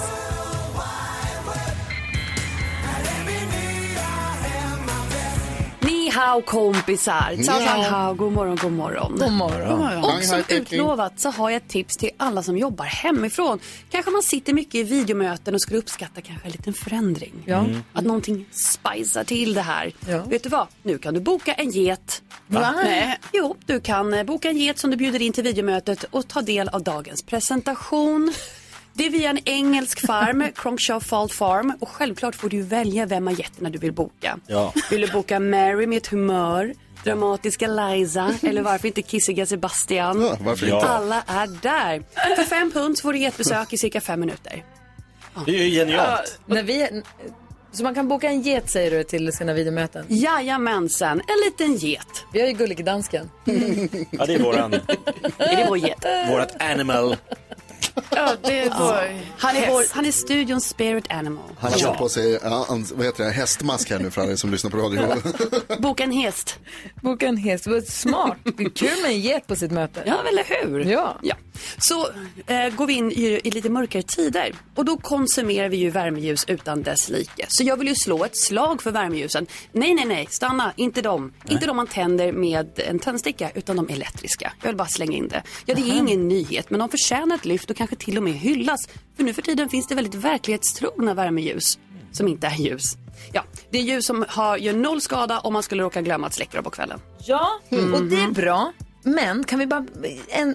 Ni hao kompisar. Ciao, ciao, hao. God morgon, god morgon. God morgon. God morgon. Och som utlovat så har jag ett tips till alla som jobbar hemifrån. Kanske man sitter mycket i videomöten och skulle uppskatta kanske en liten förändring. Ja. Mm. Att någonting spicar till det här. Ja. Vet du vad? Nu kan du boka en get. Va? Nej. Jo, du kan boka en get som du bjuder in till videomötet och ta del av dagens presentation. Det är via en engelsk farm, Cronkshaw Fall Farm. Och självklart får du välja vem av getterna du vill boka. Ja. Vill du boka Mary med ett humör, dramatiska Liza eller varför inte kissiga Sebastian? Ja, varför inte? Alla är där. För fem pund får du getbesök i cirka fem minuter. Det är ju genialt. När vi, så man kan boka en get säger du till sina videomöten? Jajamensan, en liten get. Vi har ju Gullige Dansken. Ja, det är våran. Är det vår get? Vårat animal. Ja, det är vår. Han är, vår, han är studions spirit animal. Han har satt på sig, ja, vad heter det, hästmask här nu för alla som lyssnar på radio. Boka en häst. Boka en häst, vad smart. Det är kul med en get på sitt möte. Ja, eller hur? Ja. ja. Så eh, går vi in i, i lite mörkare tider. Och då konsumerar vi ju värmeljus utan dess like. Så jag vill ju slå ett slag för värmeljusen. Nej, nej, nej, stanna, inte de. Nej. Inte de man tänder med en tändsticka, utan de elektriska. Jag vill bara slänga in det. Ja, det är ingen nyhet, men de förtjänar ett lyft och kanske till och med hyllas. För nu för tiden finns det väldigt verklighetstrogna värmeljus som inte är ljus. Ja, det är ljus som har, gör noll skada om man skulle råka glömma att släcka dem på kvällen. Ja, mm. och det är bra. Men kan vi bara... En,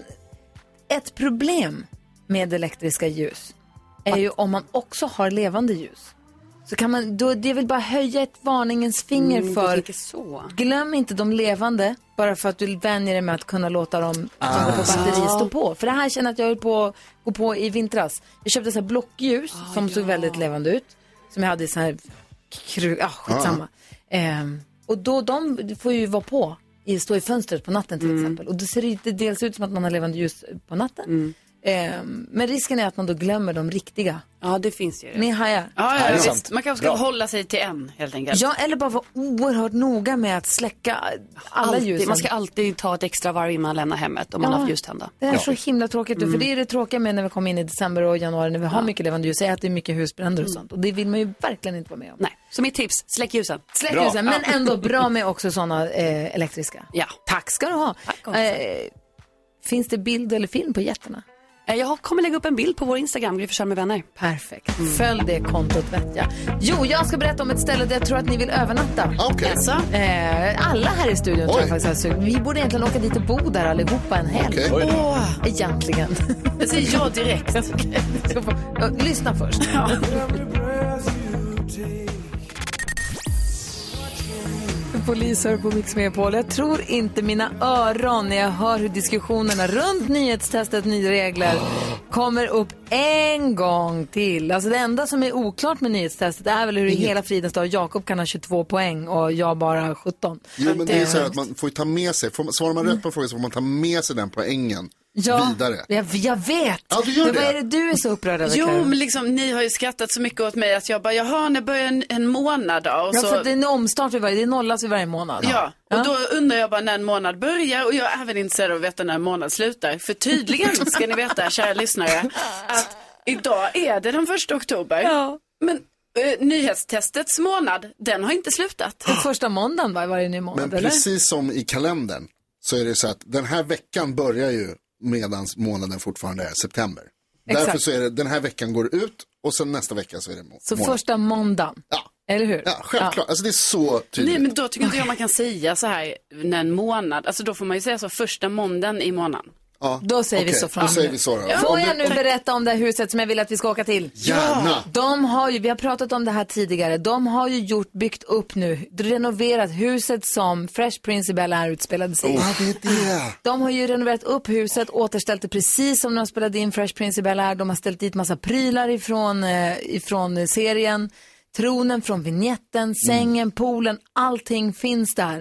ett problem med elektriska ljus är att, ju om man också har levande ljus. Så kan man, då, det vill bara höja ett varningens finger mm, för... Så. Glöm inte de levande bara för att du vänjer dig med att kunna låta dem ah. som går på batteri stå på. För det här känner att jag höll på gå på i vintras. Jag köpte så här blockljus ah, som ja. såg väldigt levande ut. Som jag hade i så här... Kru, ah, skitsamma. Ah. Ehm, och då de får ju vara på. I, stå i fönstret på natten till mm. exempel. Och då ser det inte dels ut som att man har levande ljus på natten. Mm. Eh, men risken är att man då glömmer de riktiga. Ja, det finns ju. Ni hajar. Ja, ja, ja, visst. Man kanske ska Bra. hålla sig till en, helt enkelt. Ja, eller bara vara oerhört noga med att släcka alla alltid. ljus. Man ska alltid ta ett extra varv innan man lämnar hemmet om ja, man har haft ljus tända. Det är ja. så himla tråkigt. Mm. För det är det tråkiga med när vi kommer in i december och januari när vi ja. har mycket levande ljus. Är att det är mycket husbränder och sånt. Och det vill man ju verkligen inte vara med om. Nej, så mitt tips, släck ljusen. Släck bra. ljusen, men ändå bra med också sådana eh, elektriska. Ja. Tack ska du ha. Eh, finns det bild eller film på jätterna? Jag kommer lägga upp en bild på vår Instagram, Gry Forssell med vänner. Perfekt. Mm. Följ det kontot, vet jag. Jo, jag ska berätta om ett ställe där jag tror att ni vill övernatta. Okay. Alltså, eh, alla här i studion Oj. tror jag faktiskt har Vi borde egentligen åka dit och bo där allihopa en helg. Okay. Oh, egentligen. Det säger jag direkt. Okay. Ja, lyssna först. Ja. Poliser på Mix Megapol. Jag tror inte mina öron när jag hör hur diskussionerna runt nyhetstestet, nya regler kommer upp en gång till. Alltså det enda som är oklart med nyhetstestet är väl hur i hela fridens dag Jakob kan ha tjugotvå poäng och jag bara sjutton. Jo, men det är så här att man får ta med sig, får, svarar man rätt på frågan så får man ta med sig den poängen. Ja, vidare. Jag, jag vet. Ja, du gör men det. vad är det du är så upprörd över? Jo, men liksom, ni har ju skrattat så mycket åt mig att jag bara, jaha, det börjar en, en månad då. Och ja, så... för det är en omstart vid varje, det är nollas vid varje månad. Ja, ja, och då undrar jag bara när en månad börjar och jag är även intresserad av att veta när en månad slutar. För tydligen ska ni veta, kära lyssnare, att idag är det den första oktober. Ja. Men eh, nyhetstestets månad, den har inte slutat. Den första måndagen var varje ny månad, men eller? Precis som i kalendern så är det så att den här veckan börjar ju medans månaden fortfarande är september. Exakt. Därför så är det, den här veckan går ut och sen nästa vecka så är det må- Så månad. första måndagen? Ja. Eller hur? Ja, självklart. Ja. Alltså det är så tydligt. Nej, men då tycker inte jag man kan säga så här när en månad, alltså då får man ju säga så första måndagen i månaden. Ja. Då säger okay. vi så fram. Då säger vi så då. Ja. Får jag nu berätta om det här huset som jag vill att vi ska åka till? Gärna. Ja. De har ju, vi har pratat om det här tidigare. De har ju gjort, byggt upp nu, renoverat huset som Fresh Prince i Bel-Air utspelade sig i. Oh, det det. De har ju renoverat upp huset, återställt det precis som de spelade in Fresh Prince i Bel-Air. De har ställt dit massa prylar ifrån, eh, ifrån serien. Tronen från vignetten, sängen, mm. poolen, allting finns där.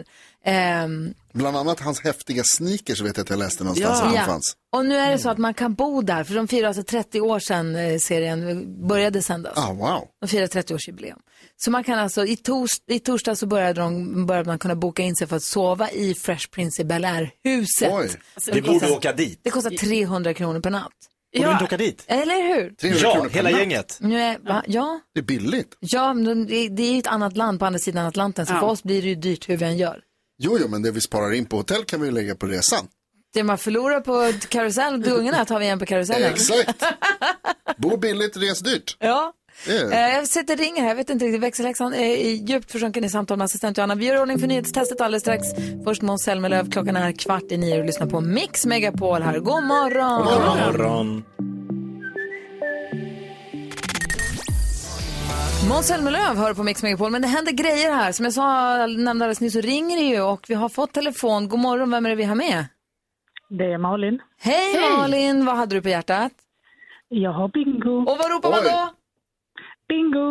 Ehm, Bland annat hans häftiga sneakers vet jag att jag läste någonstans ja. att de ja. fanns. Och nu är det så att man kan bo där, för de firar alltså trettio år sedan eh, serien började sändas. Ah, wow. De firar trettio-årsjubileum. Så man kan alltså, i, tors, i torsdag så började, de, började man kunna boka in sig för att sova i Fresh Prince i Bel-Air-huset. Oj. Alltså, vi borde åka dit. Det kostar trehundra kronor per natt. Borde vi inte åka dit? Eller hur? Ja, hela gänget. Nu är, va? Ja. Det är billigt. Ja, men det, det är ju ett annat land på andra sidan Atlanten, så Ja. för oss blir det ju dyrt hur vi än gör. Jo, jo, men det vi sparar in på hotell kan vi ju lägga på resan. Det man förlorar på karusell, dungarna tar vi igen på karusellen. Exakt. Bo billigt, res dyrt. Ja. Yeah. Eh, jag sätter ringer här, jag vet inte riktigt. Växelhäxan är djupt försjunken i samtal med assistent Johanna. Vi gör ordning för nyhetstestet alldeles strax. Först Måns Zelmerlöw, klockan är kvart i nio och lyssnar på Mix Megapol här. God morgon! God morgon! Måns Zelmerlöw hör på Mix Megapol, men det händer grejer här. Som jag sa, nämnde alldeles nyss, så ringer det ju och vi har fått telefon. God morgon, vem är det vi har med? Det är Malin. Hej, Hej. Malin, vad hade du på hjärtat? Jag har bingo. Och vad ropar man då? Bingo!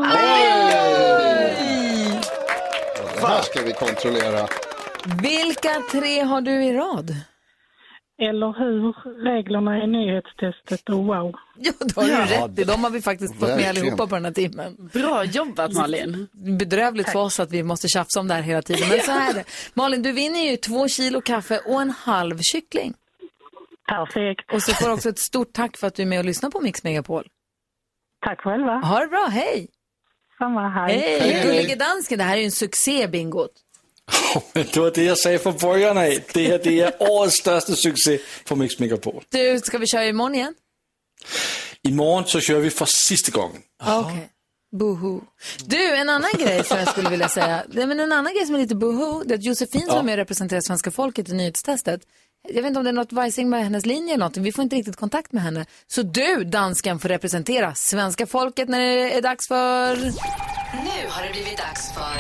Oj! Det här ska vi kontrollera. Vilka tre har du i rad? Eller hur? Reglerna i nyhetstestet och wow. Ja, då har du ja. rätt i. De har vi faktiskt fått med allihopa på den här timmen. Bra jobbat, Malin. Bedrövligt Tack. För oss att vi måste tjafsa om det här hela tiden. Men så är det. Malin, du vinner ju två kilo kaffe och en halv kyckling. Perfekt. Och så får också ett stort tack för att du är med och lyssnar på Mix Megapol. Tack själva. Ha det bra, hej. Samma, hej. Hej, hej. Gullige dansken, det här är ju en succé, bingot. Det var det jag sa från början av. Det här det är årets största succé på Mix Megapol. Du, ska vi köra imorgon igen? Imorgon så kör vi för sista gången. Okej. Okay. Boho. Du, en annan grej som jag skulle vilja säga. Nej, men en annan grej som är lite boho, det är att Josefin som ja. är med och representerar svenska folket i nyhetstestet. Jag vet inte om det är något vajsing med hennes linje eller något. Vi får inte riktigt kontakt med henne. Så du, dansken, får representera svenska folket när det är dags för... Nu har det blivit dags för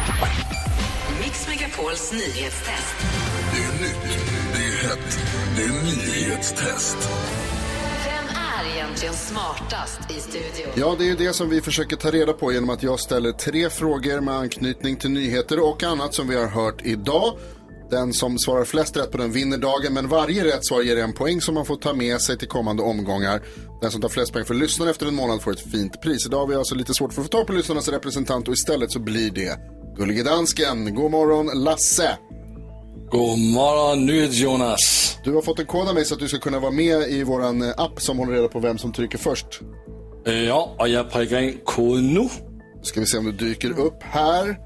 Mix Megapols nyhetstest. Det är nytt, det är hett, det är nyhetstest. Vem är egentligen smartast i studion? Ja, det är ju det som vi försöker ta reda på genom att jag ställer tre frågor med anknytning till nyheter och annat som vi har hört idag. Den som svarar flest rätt på den vinner dagen, men varje rätt svar ger en poäng som man får ta med sig till kommande omgångar. Den som tar flest poäng för lyssnaren efter en månad får ett fint pris. Idag har vi alltså lite svårt för att få ta på lyssnarnas representant och istället så blir det Gullige dansken. God morgon, Lasse. God morgon, NyhetsJonas. Du har fått en kod av mig så att du ska kunna vara med i våran app som håller reda på vem som trycker först. Ja, och jag prickar in koden nu. Ska vi se om du dyker upp här.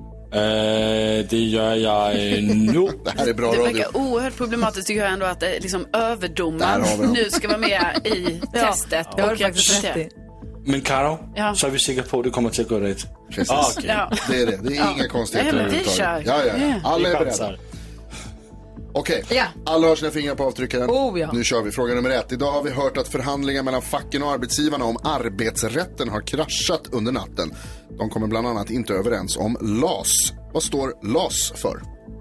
Uh, det gör jag nu. Det här är bra det radio. Det verkar oerhört problematiskt tycker jag ändå att liksom, överdomaren nu ska vara med i ja, testet. Jag har faktiskt rätt i. Men Karo, ja. så är vi säkra på att det kommer till att gå rätt. Precis. Ah, okay. ja. Det är det. Det är ja. inga konstigheter. Nej, men vi kör. Ja, ja, ja. Alla är beredda. Okej, okay. ja. Alla har sina fingrar på avtryckaren. Oh, ja. Nu kör vi fråga nummer ett. Idag har vi hört att förhandlingar mellan facken och arbetsgivarna om arbetsrätten har kraschat under natten. De kommer bland annat inte överens om L A S. Vad står L A S för?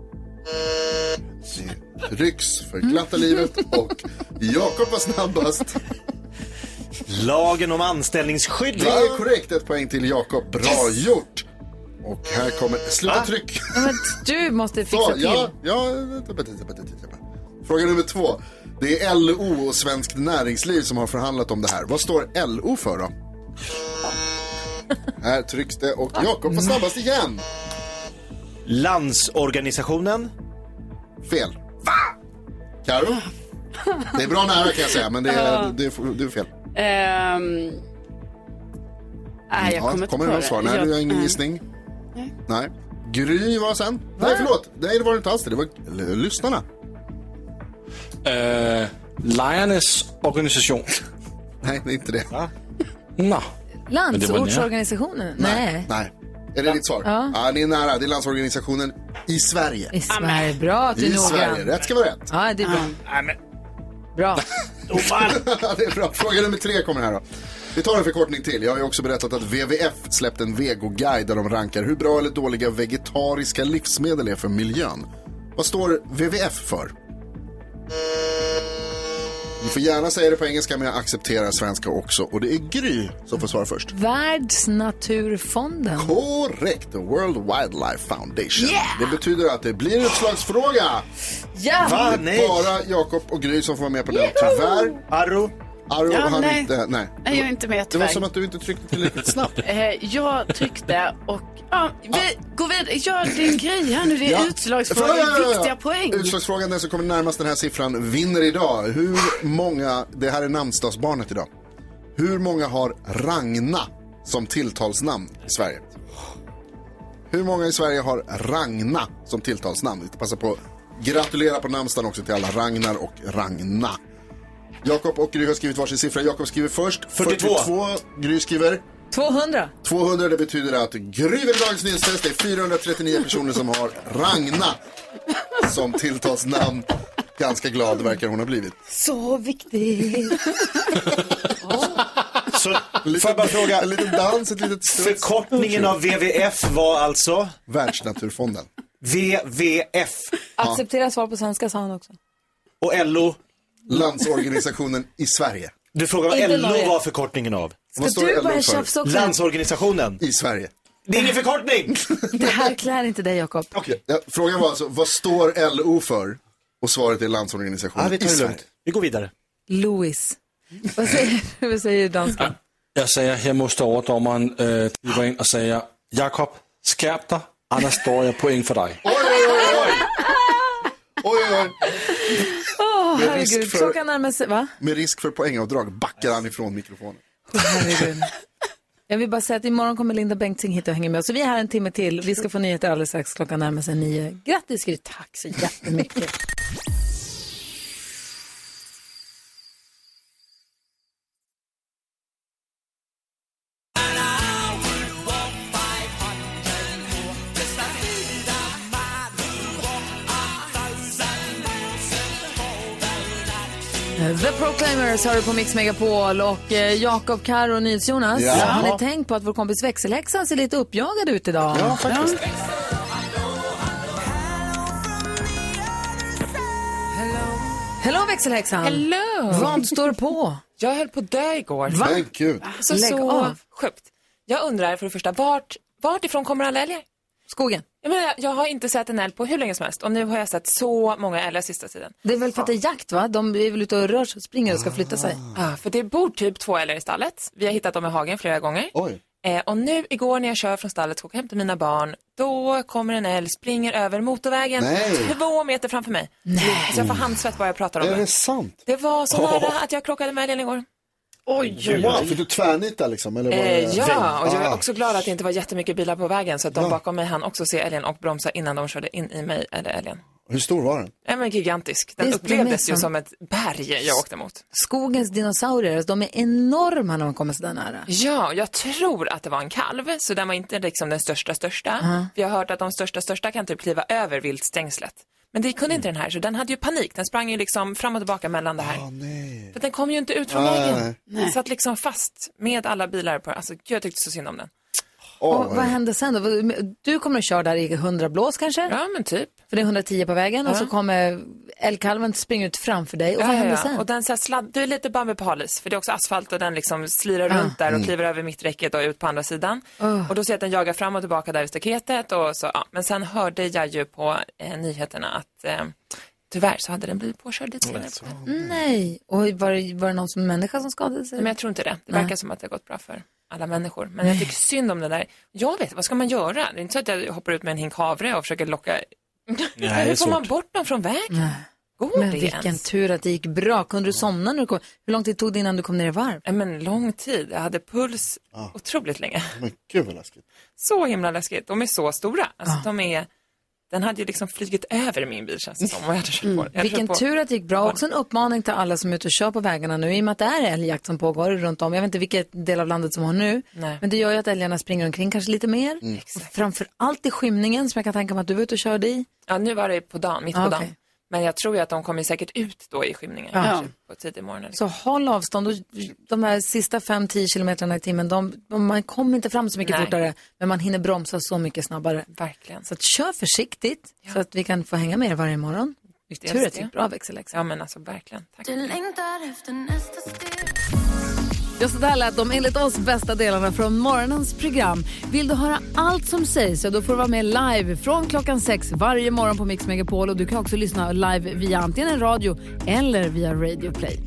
Ryx för glatta livet och Jakob var snabbast. Lagen om anställningsskydd. Det är korrekt, ett poäng till Jakob. Bra yes. gjort. Och här kommer, sluta tryck. Men du måste fixa Så, till. Ja, ja. Fråga nummer två. Det är L O och Svenskt Näringsliv som har förhandlat om det här. Vad står L O för då? Här trycks det och Jakob var snabbast igen. Landsorganisationen. Fel. Va? Karo? Det är bra nära kan jag säga, men det är, det är, det är fel. Um... Nej, jag kommer ja, inte kommer på det. det. Svar? Nej, du har ingen gissning. Nej. Nej. Gry var sen. Va? Nej, förlåt. Nej, det var inte alls det. Det var l- lyssnarna. Uh, Lejernes organisation. Nej, det är inte det. Ja. No. Landsortsorganisationen? Nej. Nej. Nej. Är det ditt svar? Ja. Ja, ni är nära. Det är Landsorganisationen i Sverige. I Sverige. Bra att du är I Sverige. Rätt ska vara rätt. Ja, det är bra. Amen. Bra. Det är bra. Fråga nummer tre kommer här då. Vi tar en förkortning till. Jag har ju också berättat att W W F släppt en vegoguide där de rankar hur bra eller dåliga vegetariska livsmedel är för miljön. Vad står W W F för? Ni får gärna säga det på engelska, men jag accepterar svenska också. Och det är Gry som får svara först. Världsnaturfonden. Korrekt, the World Wildlife Foundation. Yeah! Det betyder att det blir utslagsfråga. Ja! Va? Det är bara Jakob och Gry som får vara med på den. Tyvärr. Arro. Arro Ja, han nej. inte, nej. Nej, jag är inte med Det tyvärr. var som att du inte tryckte tillräckligt snabbt. Eh, jag tryckte och ja, vi går vidare. Gör din grej här nu. Det är Ja. utslagsfråga, Ja, ja, ja, ja. viktiga poäng. Utslagsfrågan, den som kommer närmast den här siffran vinner idag. Hur många, det här är namnsdagsbarnet idag. Hur många har Ragna som tilltalsnamn i Sverige? Hur många i Sverige har Ragna som tilltalsnamn? Vi ska passa på att gratulera på namnsdagen också till alla Ragnar och Ragna. Jakob och Gry har skrivit varsin siffra. Jakob skriver först fyrtiotvå. fyrtiotvå. Gry skriver tvåhundra. tvåhundra, det betyder att Gry vinner dagens nyhetstest. Det är fyrahundratrettionio personer som har Ragna som tilltalsnamn. Ganska glad verkar hon ha blivit. Så viktigt. Så får jag bara fråga, en liten dans, ett litet studs. Förkortningen av W W F var alltså? Världsnaturfonden. W W F. Acceptera svar på svenska, sa han också. Och L O? Landsorganisationen i Sverige. Du frågar vad Inte L O Norge. var förkortningen av? Vad Ska står du L O börja för? tjafsa också? Landsorganisationen. I Sverige. Det är ingen förkortning! Det här klär inte dig, Jakob. Okej, ja, frågan var alltså, vad står L O för? Och svaret är Landsorganisationen Ja, vi tar i det Sverige. lugnt. Vi går vidare. Louis. Vad säger, vad säger danskan? Jag säger, här måste överdomaren äh, kliva in och säga, Jakob, skärp dig, annars står jag poäng för dig. Oj, oj, oj, oj. Oj, oj, oj. Åh, Med herregud. risk för- Klockan närmar sig, va? Med risk för poängavdrag backar han ifrån mikrofonen. Åh, herregud. Jag vill bara säga att imorgon kommer Linda Bengtzing hit och hänger med oss. Så vi är här en timme till. Vi ska få nyheter alldeles strax. Klockan närmar sig nio. Grattis, Gry. Tack så jättemycket. The Proclaimers har du på Mix Megapol och eh, Jakob, Karo och Nils-Jonas. Ja. Har ni tänkt på att vår kompis växelhäxan ser lite uppjagad ut idag? Ja, faktiskt. Hello växelhäxan. Hello. Vad står på? Jag höll på att dö igår. Va? Men gud. Alltså, Lägg så av. sjukt. Jag undrar för det första, vart, vart ifrån kommer alla älgar? Skogen. Jag, menar, jag har inte sett en älg på hur länge som helst. Och nu har jag sett så många älgar sista tiden. Det är väl för att det är jakt, va? De är väl ute och rör sig och springer och ska flytta sig. Ja, för det bor typ två älgar i stallet. Vi har hittat dem i hagen flera gånger. Oj. Eh, och nu igår när jag kör från stallet och ska hämta mina barn, då kommer en älg, springer över motorvägen Nej. två meter framför mig. Nej. Så jag får handsvett bara jag pratar om Är det. det sant? Det var så nära att jag krockade med älgen igår. Oj, Wow, för du tvärnitar liksom? Eller var det... Eh, ja, och jag är Ah. också glad att det inte var jättemycket bilar på vägen så att de Ja. bakom mig hann också se älgen och bromsa innan de körde in i mig eller älgen. Hur stor var den? Ja, men gigantisk. Den Det är- upplevdes det är ju som- som ett berg jag åkte mot. Skogens dinosaurier, de är enorma när de kommer så där nära. Ja, jag tror att det var en kalv, så den var inte liksom den största största. Uh-huh. Vi har hört att de största största kan typ kliva över viltstängslet. Men det kunde inte den här, så den hade ju panik. Den sprang ju liksom fram och tillbaka mellan det här. Ah, nej. För den kom ju inte ut från Nej, vägen. nej. Den satt liksom fast med alla bilar på. Alltså, jag tyckte så synd om den. Åh, Och vad hände sen då? Du kommer att köra där i hundra blås kanske? Ja, men typ. För det är hundratio på vägen och Ja. så kommer älgkalven springa ut framför dig. Och Ja, vad ja, händer ja. sen? Och den så här sladd, det är lite Bambi på halis, för det är också asfalt och den liksom slirar Ah. runt där och Mm. kliver över mitträcket och ut på andra sidan. Oh. Och då ser jag att den jagar fram och tillbaka där vid staketet och så, ja. Men sen hörde jag ju på eh, nyheterna att eh, tyvärr så hade den blivit påkörd lite senare. Nej. Och var det, var det någon som människa som skadade sig? Men jag tror inte det. Det Nej. verkar som att det har gått bra för alla människor. Men jag tycker synd om det där. Jag vet, vad ska man göra? Det är inte så att jag hoppar ut med en hink havre och försöker locka. Nej, det är Hur får man svårt. bort dem från vägen? Nej. Går Men det vilken ens? tur att det gick bra. Kunde du somna när du kom? Hur lång tid tog det innan du kom ner i varv? Ja, men lång tid. Jag hade puls otroligt länge. Men gud vad läskigt. Så himla läskigt. De är så stora. Alltså, de är... Den hade ju liksom flygit över min bil, känns det som. Och jag hade kört på. Jag hade Vilken kört på. tur att det gick bra. Också en uppmaning till alla som är ute och kör på vägarna nu. I och med att det är älgjakt som pågår runt om. Jag vet inte vilket del av landet som har nu. Nej. Men det gör ju att älgarna springer omkring kanske lite mer. Mm. Och framför allt i skymningen som jag kan tänka mig att du var ute och körde i. Ja, nu var det på dagen, mitt på Ah, dagen. okej. Men jag tror ju att de kommer säkert ut då i skymningen. Ja. Kanske på tidig morgon. eller- Så håll avstånd. Och de här sista fem till tio kilometrarna i timmen, de, de, man kommer inte fram så mycket Nej. fortare. Men man hinner bromsa så mycket snabbare. Verkligen. Så att kör försiktigt så att vi kan få hänga med er varje morgon. Tur att det är bra växelläxa. Ja, men alltså verkligen. Tack. Du längtar efter nästa steg. Just det här lät de enligt oss bästa delarna från morgonens program. Vill du höra allt som sägs så då får du vara med live från klockan sex varje morgon på Mix Megapol. Och du kan också lyssna live via antingen en radio eller via Radio Play.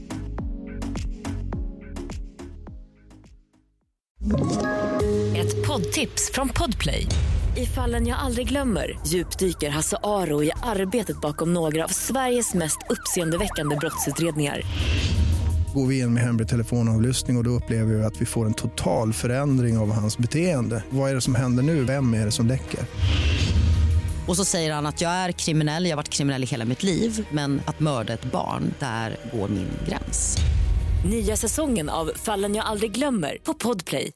Ett poddtips från Podplay. I Fallen jag aldrig glömmer djupdyker Hasse Aro i arbetet bakom några av Sveriges mest uppseendeväckande brottsutredningar. Går vi in med hemlig telefonavlyssning och, och då upplever vi att vi får en total förändring av hans beteende. Vad är det som händer nu? Vem är det som läcker? Och så säger han att jag är kriminell, jag har varit kriminell i hela mitt liv. Men att mörda ett barn, där går min gräns. Nya säsongen av Fallen jag aldrig glömmer på Podplay.